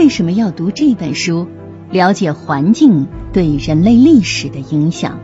为什么要读这本书？了解环境对人类历史的影响。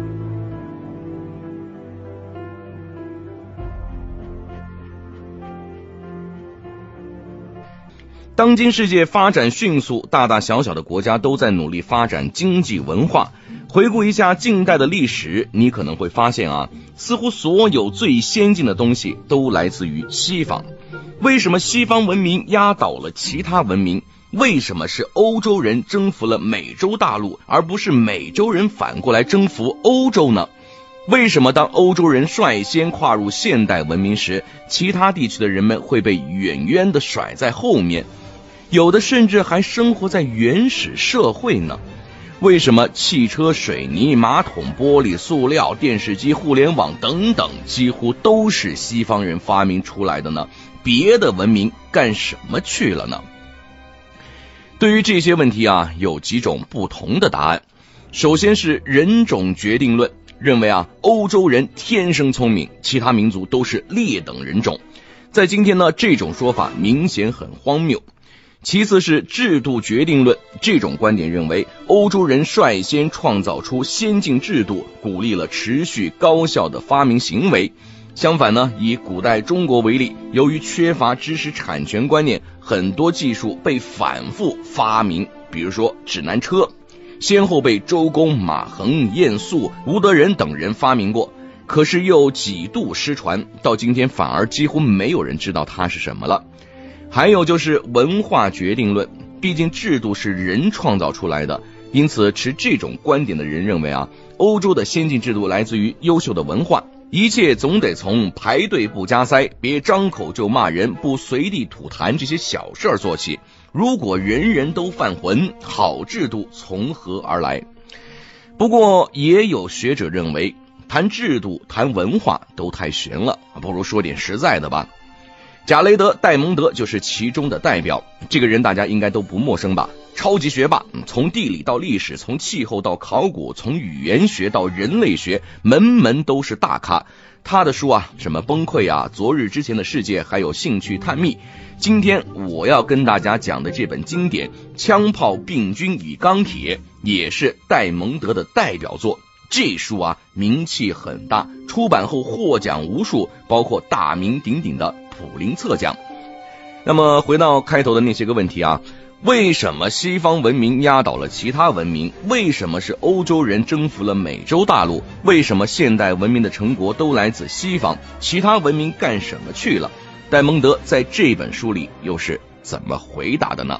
当今世界发展迅速，大大小小的国家都在努力发展经济文化。回顾一下近代的历史，你可能会发现似乎所有最先进的东西都来自于西方。为什么西方文明压倒了其他文明？为什么是欧洲人征服了美洲大陆，而不是美洲人反过来征服欧洲呢？为什么当欧洲人率先跨入现代文明时，其他地区的人们会被远远地甩在后面？有的甚至还生活在原始社会呢？为什么汽车、水泥、马桶、玻璃、塑料、电视机、互联网等等几乎都是西方人发明出来的呢？别的文明干什么去了呢？对于这些问题有几种不同的答案。首先是人种决定论，认为欧洲人天生聪明，其他民族都是劣等人种。在今天呢，这种说法明显很荒谬。其次是制度决定论，这种观点认为欧洲人率先创造出先进制度，鼓励了持续高效的发明行为。相反呢，以古代中国为例，由于缺乏知识产权观念，很多技术被反复发明，比如说指南车，先后被周公、马衡、晏肃、吴德仁等人发明过，可是又几度失传，到今天反而几乎没有人知道它是什么了。还有就是文化决定论，毕竟制度是人创造出来的，因此持这种观点的人认为欧洲的先进制度来自于优秀的文化，一切总得从排队不加塞、别张口就骂人、不随地吐痰这些小事做起。如果人人都犯浑，好制度从何而来？不过也有学者认为，谈制度、谈文化都太玄了，不如说点实在的吧。贾雷德·戴蒙德就是其中的代表，这个人大家应该都不陌生吧？超级学霸，从地理到历史，从气候到考古，从语言学到人类学，门门都是大咖。他的书什么崩溃昨日之前的世界，还有兴趣探秘。今天我要跟大家讲的这本经典《枪炮、病菌与钢铁》也是戴蒙德的代表作。这书名气很大，出版后获奖无数，包括大名鼎鼎的普林策奖。那么回到开头的那些个问题为什么西方文明压倒了其他文明？为什么是欧洲人征服了美洲大陆？为什么现代文明的成果都来自西方？其他文明干什么去了？戴蒙德在这本书里又是怎么回答的呢？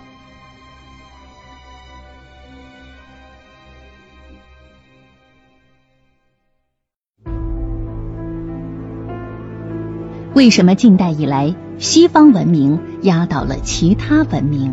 为什么近代以来西方文明压倒了其他文明？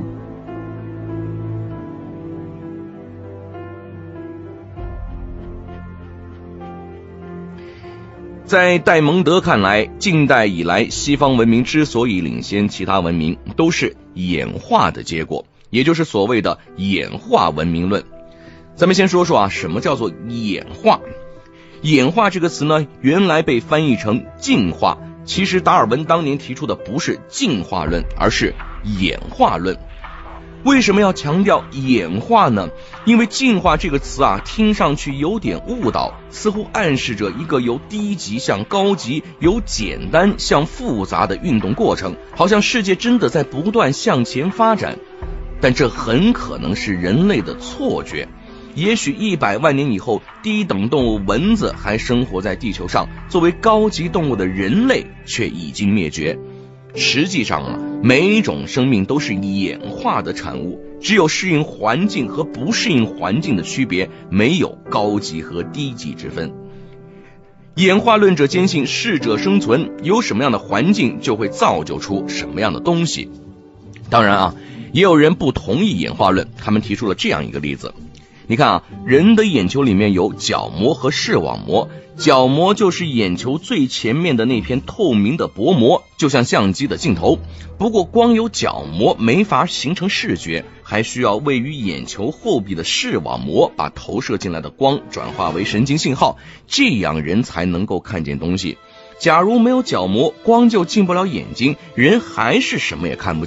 在戴蒙德看来，近代以来西方文明之所以领先其他文明，都是演化的结果，也就是所谓的演化文明论。咱们先说说什么叫做演化。演化这个词呢，原来被翻译成进化，其实达尔文当年提出的不是进化论，而是演化论。为什么要强调演化呢？因为进化这个词听上去有点误导，似乎暗示着一个由低级向高级，由简单向复杂的运动过程，好像世界真的在不断向前发展。但这很可能是人类的错觉。也许100万年以后，低等动物蚊子还生活在地球上，作为高级动物的人类却已经灭绝。实际上每一种生命都是演化的产物，只有适应环境和不适应环境的区别，没有高级和低级之分。演化论者坚信适者生存，有什么样的环境就会造就出什么样的东西。当然也有人不同意演化论，他们提出了这样一个例子。你看人的眼球里面有角膜和视网膜，角膜就是眼球最前面的那片透明的薄膜，就像相机的镜头。不过光有角膜没法形成视觉，还需要位于眼球后壁的视网膜把投射进来的光转化为神经信号，这样人才能够看见东西。假如没有角膜，光就进不了眼睛，人还是什么也看不见。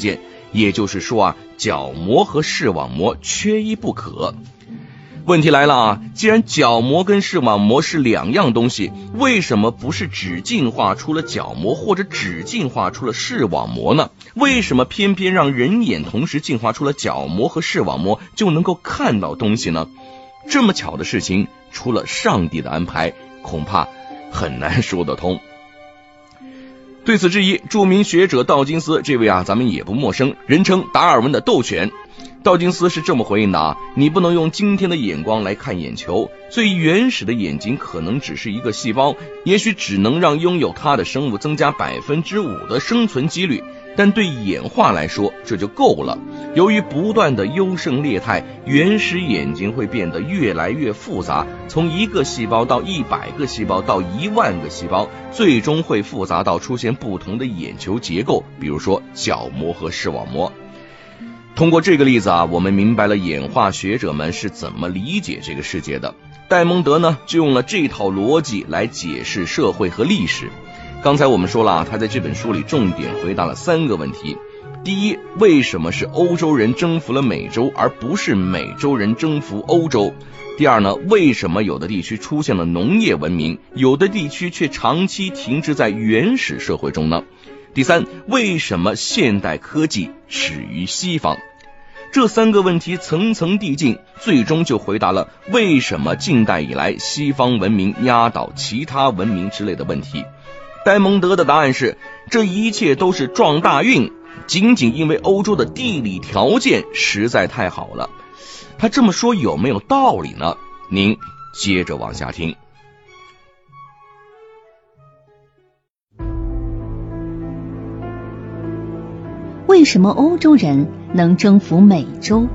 也就是说啊，角膜和视网膜缺一不可。问题来了啊，既然角膜跟视网膜是两样东西，为什么不是只进化出了角膜或者只进化出了视网膜呢？为什么偏偏让人眼同时进化出了角膜和视网膜就能够看到东西呢？这么巧的事情，除了上帝的安排，恐怕很难说得通。对此质疑，著名学者道金斯，这位啊咱们也不陌生，人称达尔文的斗犬。道金斯是这么回应的啊，你不能用今天的眼光来看眼球，最原始的眼睛可能只是一个细胞，也许只能让拥有它的生物增加 5% 的生存几率，但对演化来说这就够了。由于不断的优胜劣汰，原始眼睛会变得越来越复杂，从1个细胞到100个细胞到1万个细胞，最终会复杂到出现不同的眼球结构，比如说角膜和视网膜。通过这个例子啊，我们明白了演化学者们是怎么理解这个世界的。戴蒙德呢，就用了这套逻辑来解释社会和历史。刚才我们说了啊，他在这本书里重点回答了3个问题。第一，为什么是欧洲人征服了美洲，而不是美洲人征服欧洲？第二呢，为什么有的地区出现了农业文明，有的地区却长期停滞在原始社会中呢？第三，为什么现代科技始于西方？这3个问题层层递进，最终就回答了为什么近代以来西方文明压倒其他文明之类的问题。戴蒙德的答案是，这一切都是撞大运，仅仅因为欧洲的地理条件实在太好了。他这么说有没有道理呢？您接着往下听。 为什么欧洲人能征服美洲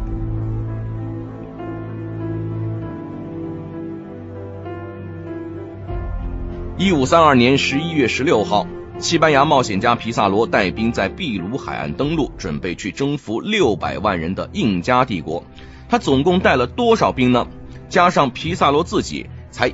？1532年11月16号，西班牙冒险家皮萨罗带兵在秘鲁海岸登陆，准备去征服600万人的印加帝国。他总共带了多少兵呢？加上皮萨罗自己才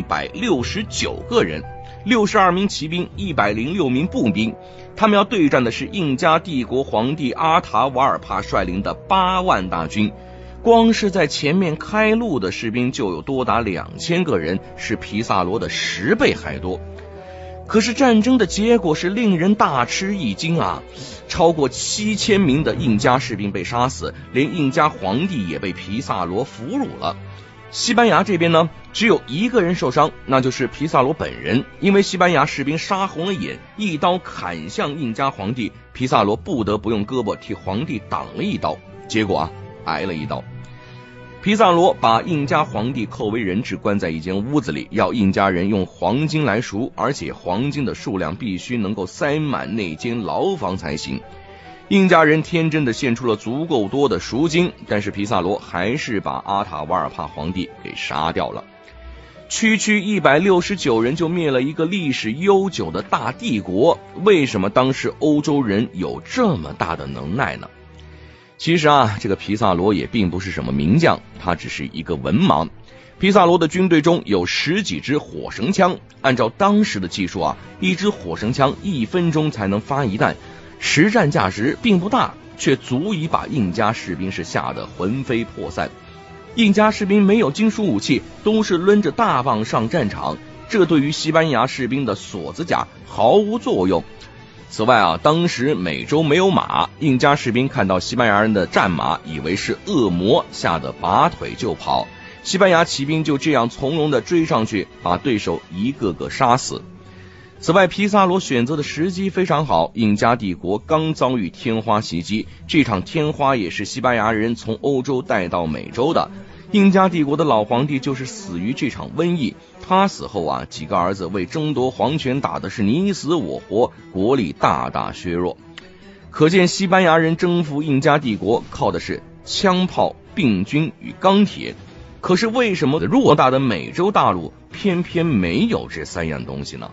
169个人，62名骑兵，106名步兵。他们要对战的是印加帝国皇帝阿塔瓦尔帕率领的8万大军，光是在前面开路的士兵就有多达2000个人，是皮萨罗的10倍还多。可是战争的结果是令人大吃一惊啊！超过7000名的印加士兵被杀死，连印加皇帝也被皮萨罗俘虏了。西班牙这边呢，只有1个人受伤，那就是皮萨罗本人。因为西班牙士兵杀红了眼，一刀砍向印加皇帝，皮萨罗不得不用胳膊替皇帝挡了一刀，结果啊，挨了一刀。皮萨罗把印加皇帝扣为人质，关在一间屋子里，要印加人用黄金来赎，而且黄金的数量必须能够塞满那间牢房才行。印加人天真的献出了足够多的赎金，但是皮萨罗还是把阿塔瓦尔帕皇帝给杀掉了。区区169人就灭了一个历史悠久的大帝国，为什么当时欧洲人有这么大的能耐呢？其实啊，这个皮萨罗也并不是什么名将，他只是一个文盲。皮萨罗的军队中有10几支火绳枪，按照当时的技术啊，一支火绳枪1分钟才能发一弹，实战价值并不大，却足以把印加士兵是吓得魂飞魄散。印加士兵没有金属武器，都是抡着大棒上战场，这对于西班牙士兵的锁子甲毫无作用。此外啊，当时美洲没有马，印加士兵看到西班牙人的战马，以为是恶魔，吓得拔腿就跑。西班牙骑兵就这样从容地追上去，把对手一个个杀死。此外，皮萨罗选择的时机非常好，印加帝国刚遭遇天花袭击，这场天花也是西班牙人从欧洲带到美洲的。印加帝国的老皇帝就是死于这场瘟疫，他死后啊，几个儿子为争夺皇权打的是你死我活，国力大大削弱。可见西班牙人征服印加帝国靠的是枪炮、病菌与钢铁，可是为什么偌大的美洲大陆偏偏没有这3样东西呢？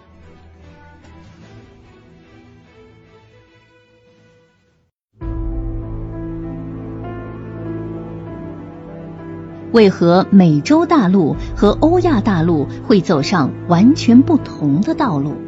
为何美洲大陆和欧亚大陆会走上完全不同的道路？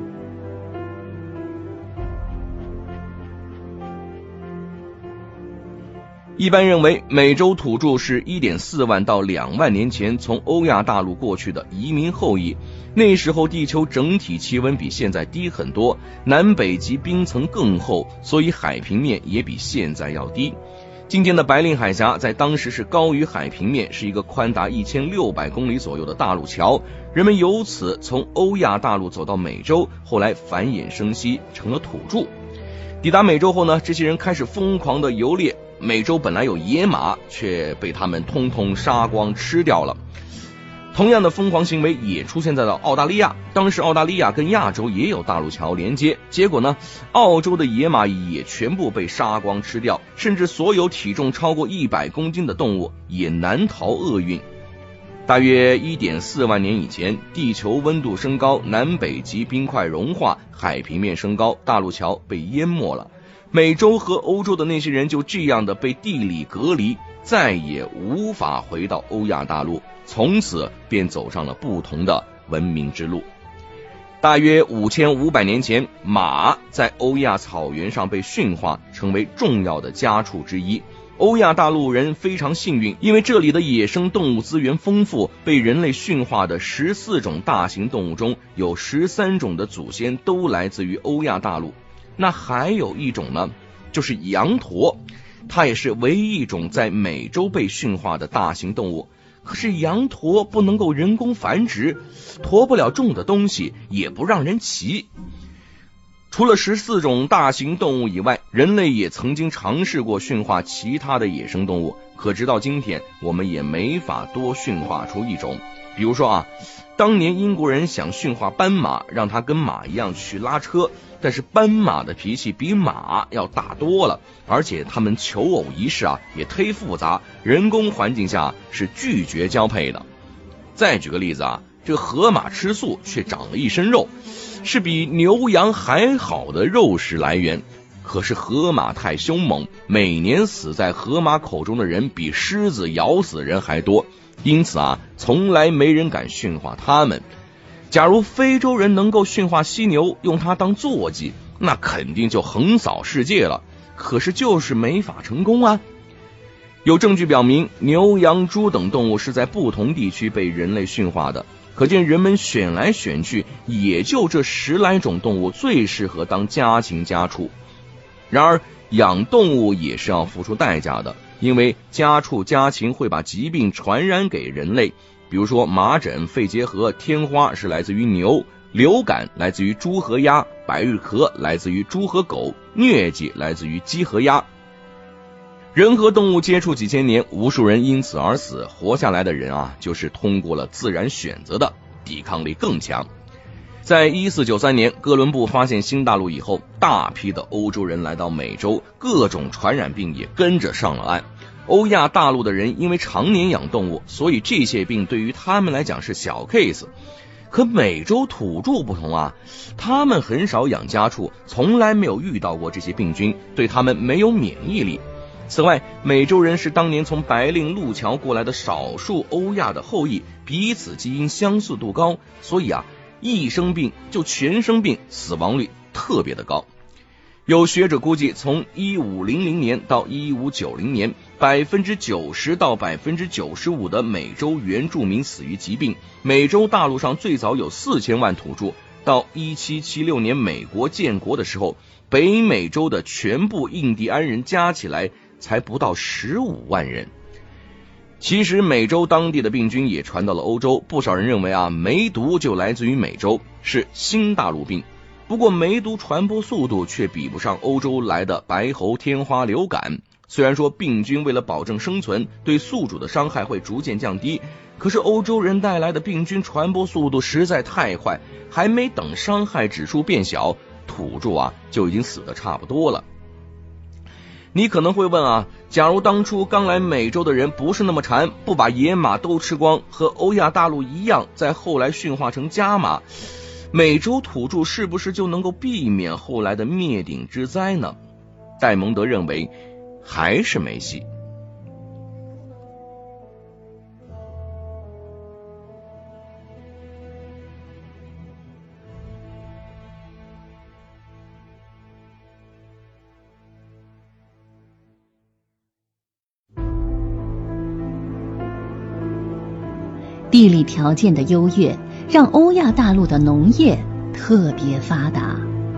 一般认为，美洲土著是1.4万到2万年前从欧亚大陆过去的移民后裔。那时候地球整体气温比现在低很多，南北极冰层更厚，所以海平面也比现在要低。今天的白令海峡在当时是高于海平面，是一个宽达1600公里左右的大陆桥，人们由此从欧亚大陆走到美洲，后来繁衍生息成了土著。抵达美洲后呢，这些人开始疯狂的游猎，美洲本来有野马，却被他们通通杀光吃掉了。同样的疯狂行为也出现在了澳大利亚，当时澳大利亚跟亚洲也有大陆桥连接，结果呢，澳洲的野马也全部被杀光吃掉，甚至所有体重超过100公斤的动物也难逃厄运。大约1.4万年以前，地球温度升高，南北极冰块融化，海平面升高，大陆桥被淹没了。美洲和欧洲的那些人就这样的被地理隔离，再也无法回到欧亚大陆，从此便走上了不同的文明之路。大约5500年前，马在欧亚草原上被驯化，成为重要的家畜之一。欧亚大陆人非常幸运，因为这里的野生动物资源丰富，被人类驯化的14种大型动物中有13种的祖先都来自于欧亚大陆。那还有一种呢，就是羊驼，它也是唯一一种在美洲被驯化的大型动物。可是羊驼不能够人工繁殖，驮不了重的东西，也不让人骑。除了14种大型动物以外，人类也曾经尝试过驯化其他的野生动物，可直到今天我们也没法多驯化出一种。比如说当年英国人想驯化斑马，让它跟马一样去拉车，但是斑马的脾气比马要大多了，而且它们求偶仪式也忒复杂，人工环境下是拒绝交配的。再举个例子这个河马吃素却长了一身肉，是比牛羊还好的肉食来源。可是河马太凶猛，每年死在河马口中的人比狮子咬死人还多，因此从来没人敢驯化它们。假如非洲人能够驯化犀牛，用它当坐骑，那肯定就横扫世界了。可是就是没法成功有证据表明，牛羊猪等动物是在不同地区被人类驯化的，可见人们选来选去，也就这10来种动物最适合当家禽家畜。然而养动物也是要付出代价的，因为家畜家禽会把疾病传染给人类，比如说麻疹、肺结核、天花是来自于牛，流感来自于猪和鸭，百日咳来自于猪和狗，疟疾来自于鸡和鸭。人和动物接触几千年，无数人因此而死，活下来的人就是通过了自然选择的，抵抗力更强。在1493年哥伦布发现新大陆以后，大批的欧洲人来到美洲，各种传染病也跟着上了岸。欧亚大陆的人因为常年养动物，所以这些病对于他们来讲是小 case。可美洲土著不同他们很少养家畜，从来没有遇到过这些病菌，对他们没有免疫力。此外，美洲人是当年从白令路桥过来的少数欧亚的后裔，彼此基因相似度高，所以一生病就全生病，死亡率特别的高。有学者估计，从1500年到1590年，90%到95%的美洲原住民死于疾病。美洲大陆上最早有4000万土著，到1776年美国建国的时候，北美洲的全部印第安人加起来才不到15万人。其实美洲当地的病菌也传到了欧洲，不少人认为梅毒就来自于美洲，是新大陆病。不过梅毒传播速度却比不上欧洲来的白喉、天花、流感。虽然说病菌为了保证生存，对宿主的伤害会逐渐降低，可是欧洲人带来的病菌传播速度实在太快，还没等伤害指数变小，土著就已经死得差不多了。你可能会问假如当初刚来美洲的人不是那么馋，不把野马都吃光，和欧亚大陆一样，再后来驯化成家马，美洲土著是不是就能够避免后来的灭顶之灾呢？戴蒙德认为还是没戏。 地理条件的优越让欧亚大陆的农业特别发达。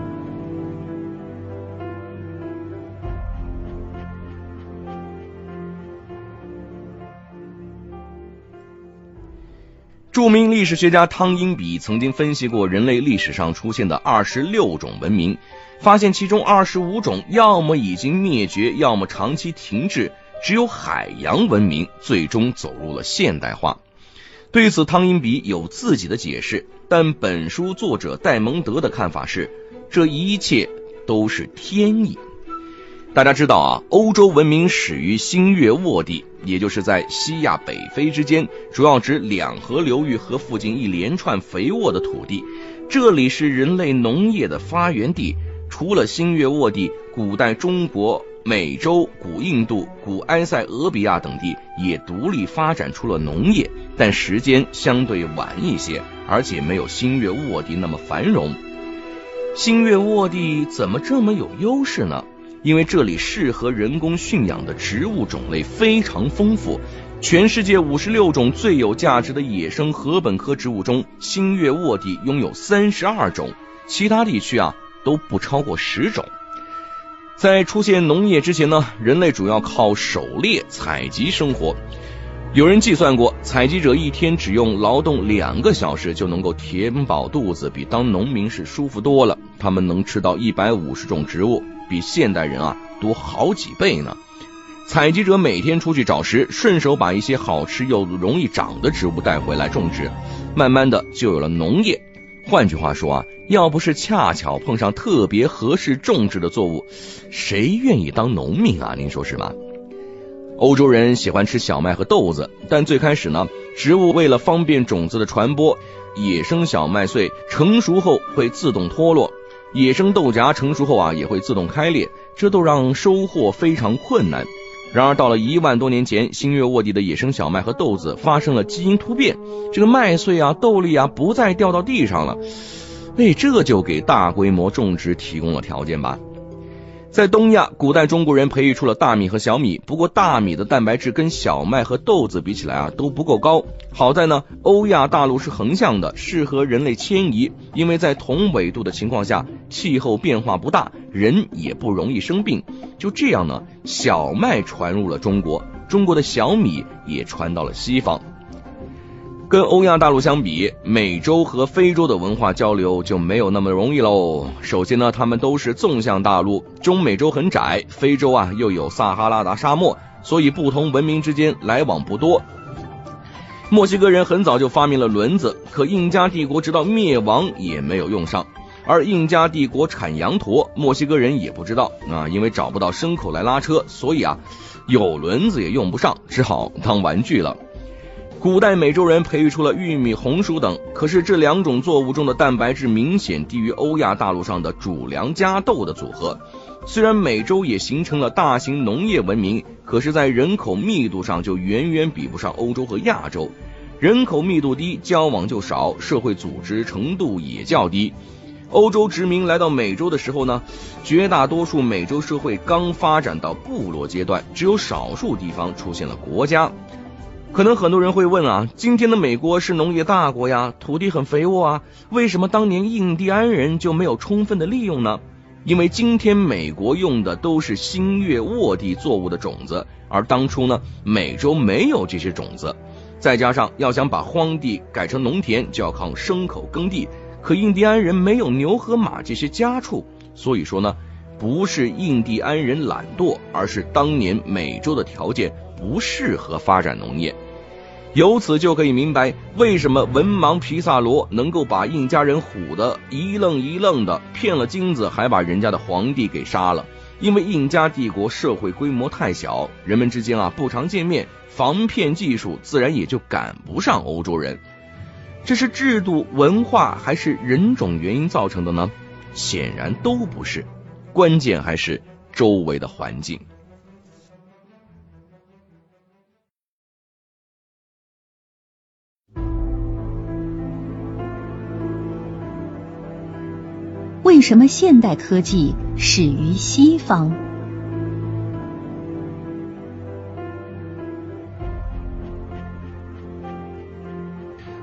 著名历史学家汤因比曾经分析过人类历史上出现的26种文明，发现其中25种要么已经灭绝，要么长期停滞，只有海洋文明最终走入了现代化。对此，汤因比有自己的解释，但本书作者戴蒙德的看法是，这一切都是天意。大家知道啊，欧洲文明始于新月沃地，也就是在西亚北非之间，主要指两河流域和附近一连串肥沃的土地。这里是人类农业的发源地。除了新月沃地，古代中国、美洲、古印度、古埃塞俄比亚等地也独立发展出了农业，但时间相对晚一些，而且没有新月沃地那么繁荣。新月沃地怎么这么有优势呢？因为这里适合人工驯养的植物种类非常丰富，全世界56种最有价值的野生禾本科植物中，新月沃地拥有32种，其他地区都不超过10种。在出现农业之前呢，人类主要靠狩猎采集生活。有人计算过，采集者一天只用劳动2个小时就能够填饱肚子，比当农民是舒服多了。他们能吃到150种植物，比现代人多好几倍呢。采集者每天出去找食，顺手把一些好吃又容易长的植物带回来种植，慢慢的就有了农业。换句话说要不是恰巧碰上特别合适种植的作物，谁愿意当农民您说是吗？欧洲人喜欢吃小麦和豆子，但最开始呢，植物为了方便种子的传播，野生小麦穗成熟后会自动脱落，野生豆荚成熟后也会自动开裂，这都让收获非常困难。然而到了1万多年前，新月沃地的野生小麦和豆子发生了基因突变，这个麦穗豆粒不再掉到地上了，这就给大规模种植提供了条件吧。在东亚，古代中国人培育出了大米和小米，不过大米的蛋白质跟小麦和豆子比起来都不够高。好在呢，欧亚大陆是横向的，适合人类迁移，因为在同纬度的情况下，气候变化不大，人也不容易生病。就这样呢，小麦传入了中国，中国的小米也传到了西方。跟欧亚大陆相比，美洲和非洲的文化交流就没有那么容易喽。首先呢，他们都是纵向大陆，中美洲很窄，非洲又有撒哈拉大沙漠，所以不同文明之间来往不多。墨西哥人很早就发明了轮子，可印加帝国直到灭亡也没有用上。而印加帝国产羊驼，墨西哥人也不知道因为找不到牲口来拉车，所以有轮子也用不上，只好当玩具了。古代美洲人培育出了玉米、红薯等，可是这2种作物中的蛋白质明显低于欧亚大陆上的主粮加豆的组合。虽然美洲也形成了大型农业文明，可是在人口密度上就远远比不上欧洲和亚洲。人口密度低，交往就少，社会组织程度也较低。欧洲殖民来到美洲的时候呢，绝大多数美洲社会刚发展到部落阶段，只有少数地方出现了国家。可能很多人会问今天的美国是农业大国呀，土地很肥沃为什么当年印第安人就没有充分的利用呢？因为今天美国用的都是新月沃地作物的种子，而当初呢，美洲没有这些种子，再加上要想把荒地改成农田，就要靠牲口耕地，可印第安人没有牛和马这些家畜，所以说呢，不是印第安人懒惰，而是当年美洲的条件不适合发展农业。由此就可以明白，为什么文盲皮萨罗能够把印加人唬得一愣一愣的，骗了金子还把人家的皇帝给杀了。因为印加帝国社会规模太小，人们之间不常见面，防骗技术自然也就赶不上欧洲人。这是制度、文化还是人种原因造成的呢？显然都不是，关键还是周围的环境。 为什么现代科技始于西方？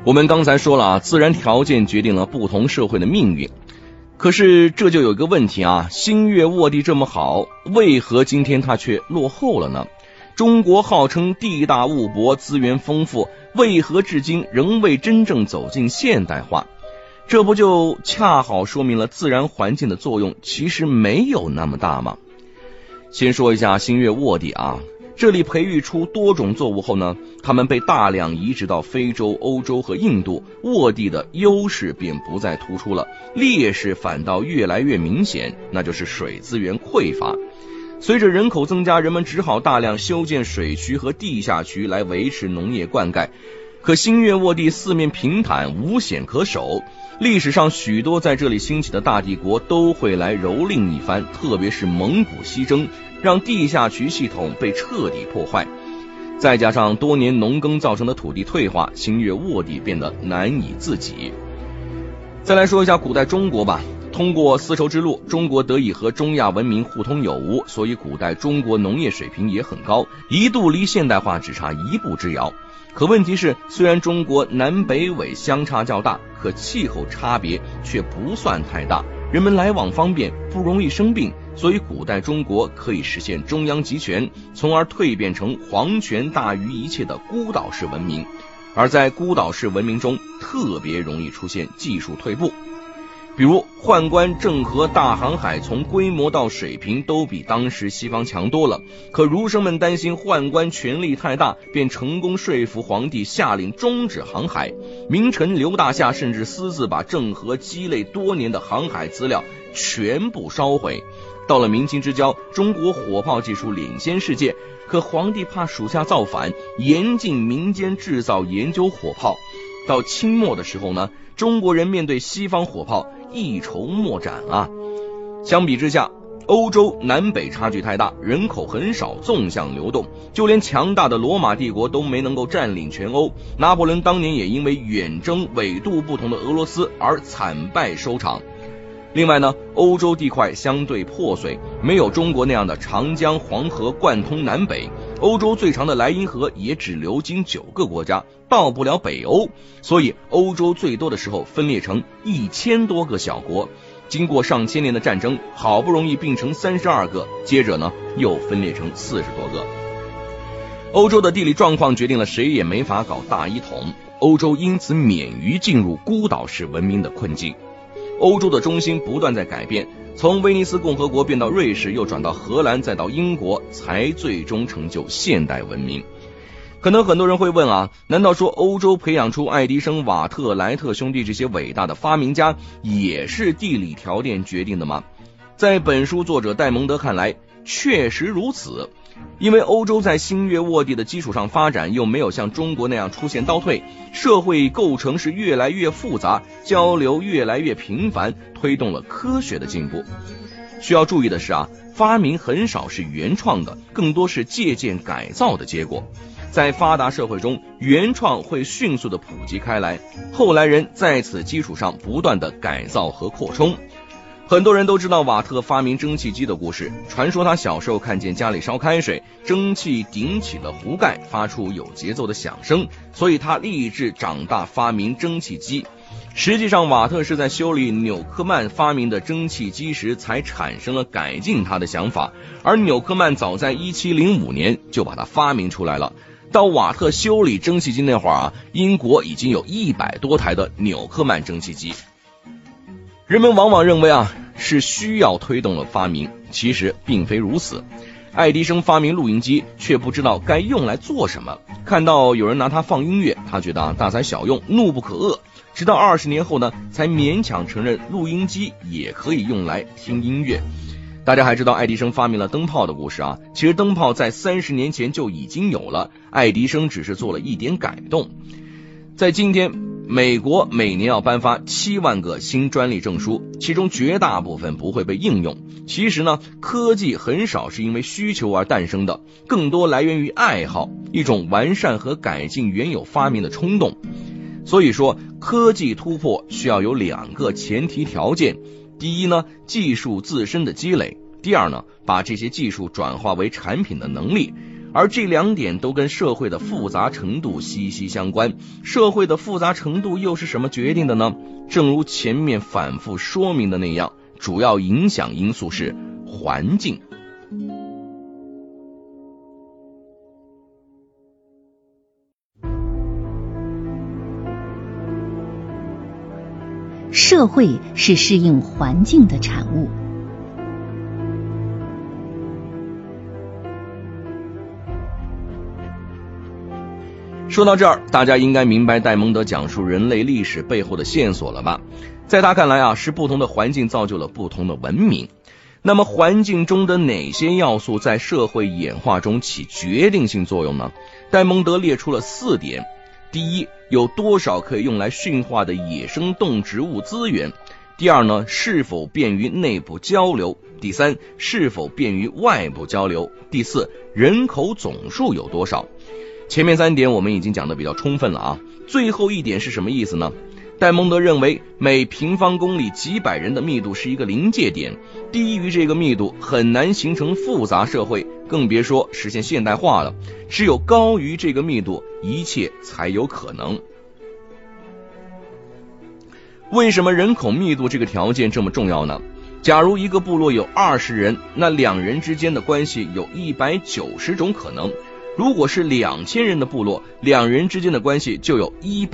我们刚才说了啊，自然条件决定了不同社会的命运。可是这就有一个问题啊，新月沃地这么好，为何今天它却落后了呢？中国号称地大物博，资源丰富，为何至今仍未真正走进现代化？这不就恰好说明了自然环境的作用其实没有那么大吗？先说一下新月沃地啊，这里培育出多种作物后呢，它们被大量移植到非洲、欧洲和印度，沃地的优势便不再突出了，劣势反倒越来越明显，那就是水资源匮乏。随着人口增加，人们只好大量修建水渠和地下渠来维持农业灌溉。可新月沃地四面平坦，无险可守，历史上许多在这里兴起的大帝国都会来蹂躏一番，特别是蒙古西征，让地下渠系统被彻底破坏。再加上多年农耕造成的土地退化，新月沃地变得难以自给。再来说一下古代中国吧，通过丝绸之路，中国得以和中亚文明互通有无，所以古代中国农业水平也很高，一度离现代化只差一步之遥。可问题是，虽然中国南北纬相差较大，可气候差别却不算太大，人们来往方便，不容易生病，所以古代中国可以实现中央集权，从而蜕变成皇权大于一切的孤岛式文明。而在孤岛式文明中，特别容易出现技术退步。比如宦官郑和大航海，从规模到水平都比当时西方强多了，可儒生们担心宦官权力太大，便成功说服皇帝下令终止航海。名臣刘大夏甚至私自把郑和积累多年的航海资料全部烧毁。到了明清之交，中国火炮技术领先世界，可皇帝怕属下造反，严禁民间制造研究火炮。到清末的时候呢，中国人面对西方火炮一筹莫展啊。相比之下，欧洲南北差距太大，人口很少，纵向流动，就连强大的罗马帝国都没能够占领全欧。拿破仑当年也因为远征纬度不同的俄罗斯而惨败收场。另外呢，欧洲地块相对破碎，没有中国那样的长江黄河贯通南北，欧洲最长的莱茵河也只流经9个国家，到不了北欧，所以欧洲最多的时候分裂成1000多个小国，经过上千年的战争，好不容易并成32个，接着呢又分裂成40多个。欧洲的地理状况决定了谁也没法搞大一统，欧洲因此免于进入孤岛式文明的困境。欧洲的中心不断在改变，从威尼斯共和国变到瑞士，又转到荷兰，再到英国，才最终成就现代文明。可能很多人会问啊，难道说欧洲培养出爱迪生、瓦特、莱特兄弟这些伟大的发明家也是地理条件决定的吗？在本书作者戴蒙德看来，确实如此。因为欧洲在新月沃地的基础上发展，又没有像中国那样出现倒退，社会构成是越来越复杂，交流越来越频繁，推动了科学的进步。需要注意的是啊，发明很少是原创的，更多是借鉴改造的结果。在发达社会中，原创会迅速的普及开来，后来人在此基础上不断的改造和扩充。很多人都知道瓦特发明蒸汽机的故事，传说他小时候看见家里烧开水，蒸汽顶起了壶盖，发出有节奏的响声，所以他立志长大发明蒸汽机。实际上瓦特是在修理纽克曼发明的蒸汽机时才产生了改进他的想法，而纽克曼早在1705年就把它发明出来了。到瓦特修理蒸汽机那会儿啊，英国已经有100多台的纽克曼蒸汽机。人们往往认为啊，是需要推动了发明，其实并非如此。爱迪生发明录音机，却不知道该用来做什么。看到有人拿它放音乐，他觉得大材小用，怒不可遏。直到20年后呢，才勉强承认录音机也可以用来听音乐。大家还知道爱迪生发明了灯泡的故事啊，其实灯泡在30年前就已经有了，爱迪生只是做了一点改动。在今天，美国每年要颁发7万个新专利证书，其中绝大部分不会被应用。其实呢，科技很少是因为需求而诞生的，更多来源于爱好，一种完善和改进原有发明的冲动。所以说，科技突破需要有2个前提条件。第一呢，技术自身的积累；第二呢，把这些技术转化为产品的能力。 而这2点都跟社会的复杂程度息息相关。社会的复杂程度又是什么决定的呢？正如前面反复说明的那样，主要影响因素是环境。 社会是适应环境的产物。 说到这儿，大家应该明白戴蒙德讲述人类历史背后的线索了吧？在他看来是不同的环境造就了不同的文明。那么环境中的哪些要素在社会演化中起决定性作用呢？戴蒙德列出了4点。第一，有多少可以用来驯化的野生动植物资源。第二呢，是否便于内部交流。第三，是否便于外部交流。第四，人口总数有多少。前面3点我们已经讲得比较充分了最后一点是什么意思呢？戴蒙德认为每平方公里几百人的密度是一个临界点，低于这个密度很难形成复杂社会，更别说实现现代化了。只有高于这个密度，一切才有可能。为什么人口密度这个条件这么重要呢？假如一个部落有20人，那2人之间的关系有190种可能。如果是2000人的部落，2人之间的关系就有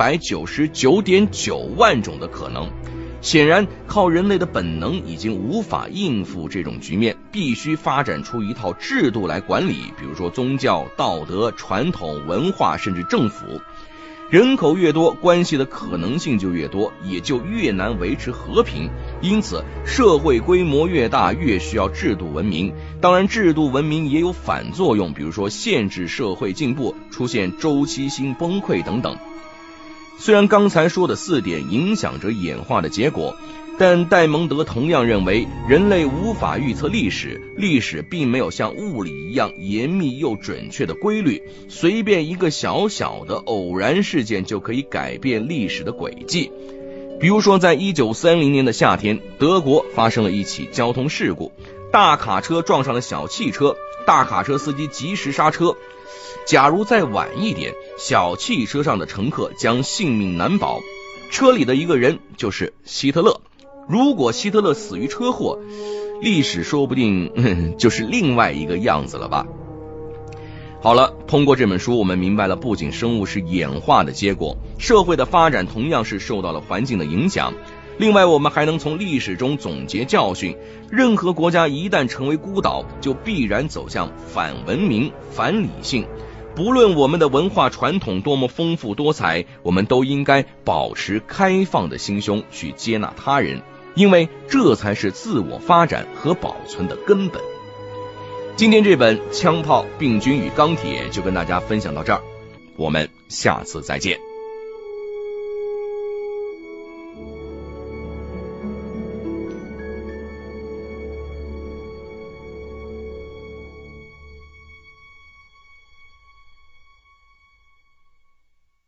199.9万种的可能。显然，靠人类的本能已经无法应付这种局面，必须发展出一套制度来管理，比如说宗教、道德、传统、文化，甚至政府。人口越多，关系的可能性就越多，也就越难维持和平。因此，社会规模越大，越需要制度文明。当然，制度文明也有反作用，比如说限制社会进步，出现周期性崩溃等等。虽然刚才说的4点影响着演化的结果，但戴蒙德同样认为人类无法预测历史，历史并没有像物理一样严密又准确的规律，随便一个小小的偶然事件就可以改变历史的轨迹。比如说在1930年的夏天，德国发生了一起交通事故，大卡车撞上了小汽车，大卡车司机及时刹车。假如再晚一点，小汽车上的乘客将性命难保，车里的一个人就是希特勒。如果希特勒死于车祸，历史说不定就是另外一个样子了吧。好了，通过这本书我们明白了，不仅生物是演化的结果，社会的发展同样是受到了环境的影响。另外，我们还能从历史中总结教训，任何国家一旦成为孤岛，就必然走向反文明、反理性。不论我们的文化传统多么丰富多彩，我们都应该保持开放的心胸去接纳他人，因为这才是自我发展和保存的根本。今天这本《枪炮、病菌与钢铁》就跟大家分享到这儿，我们下次再见。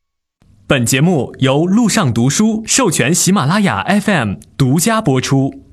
本节目由路上读书授权喜马拉雅 FM 独家播出。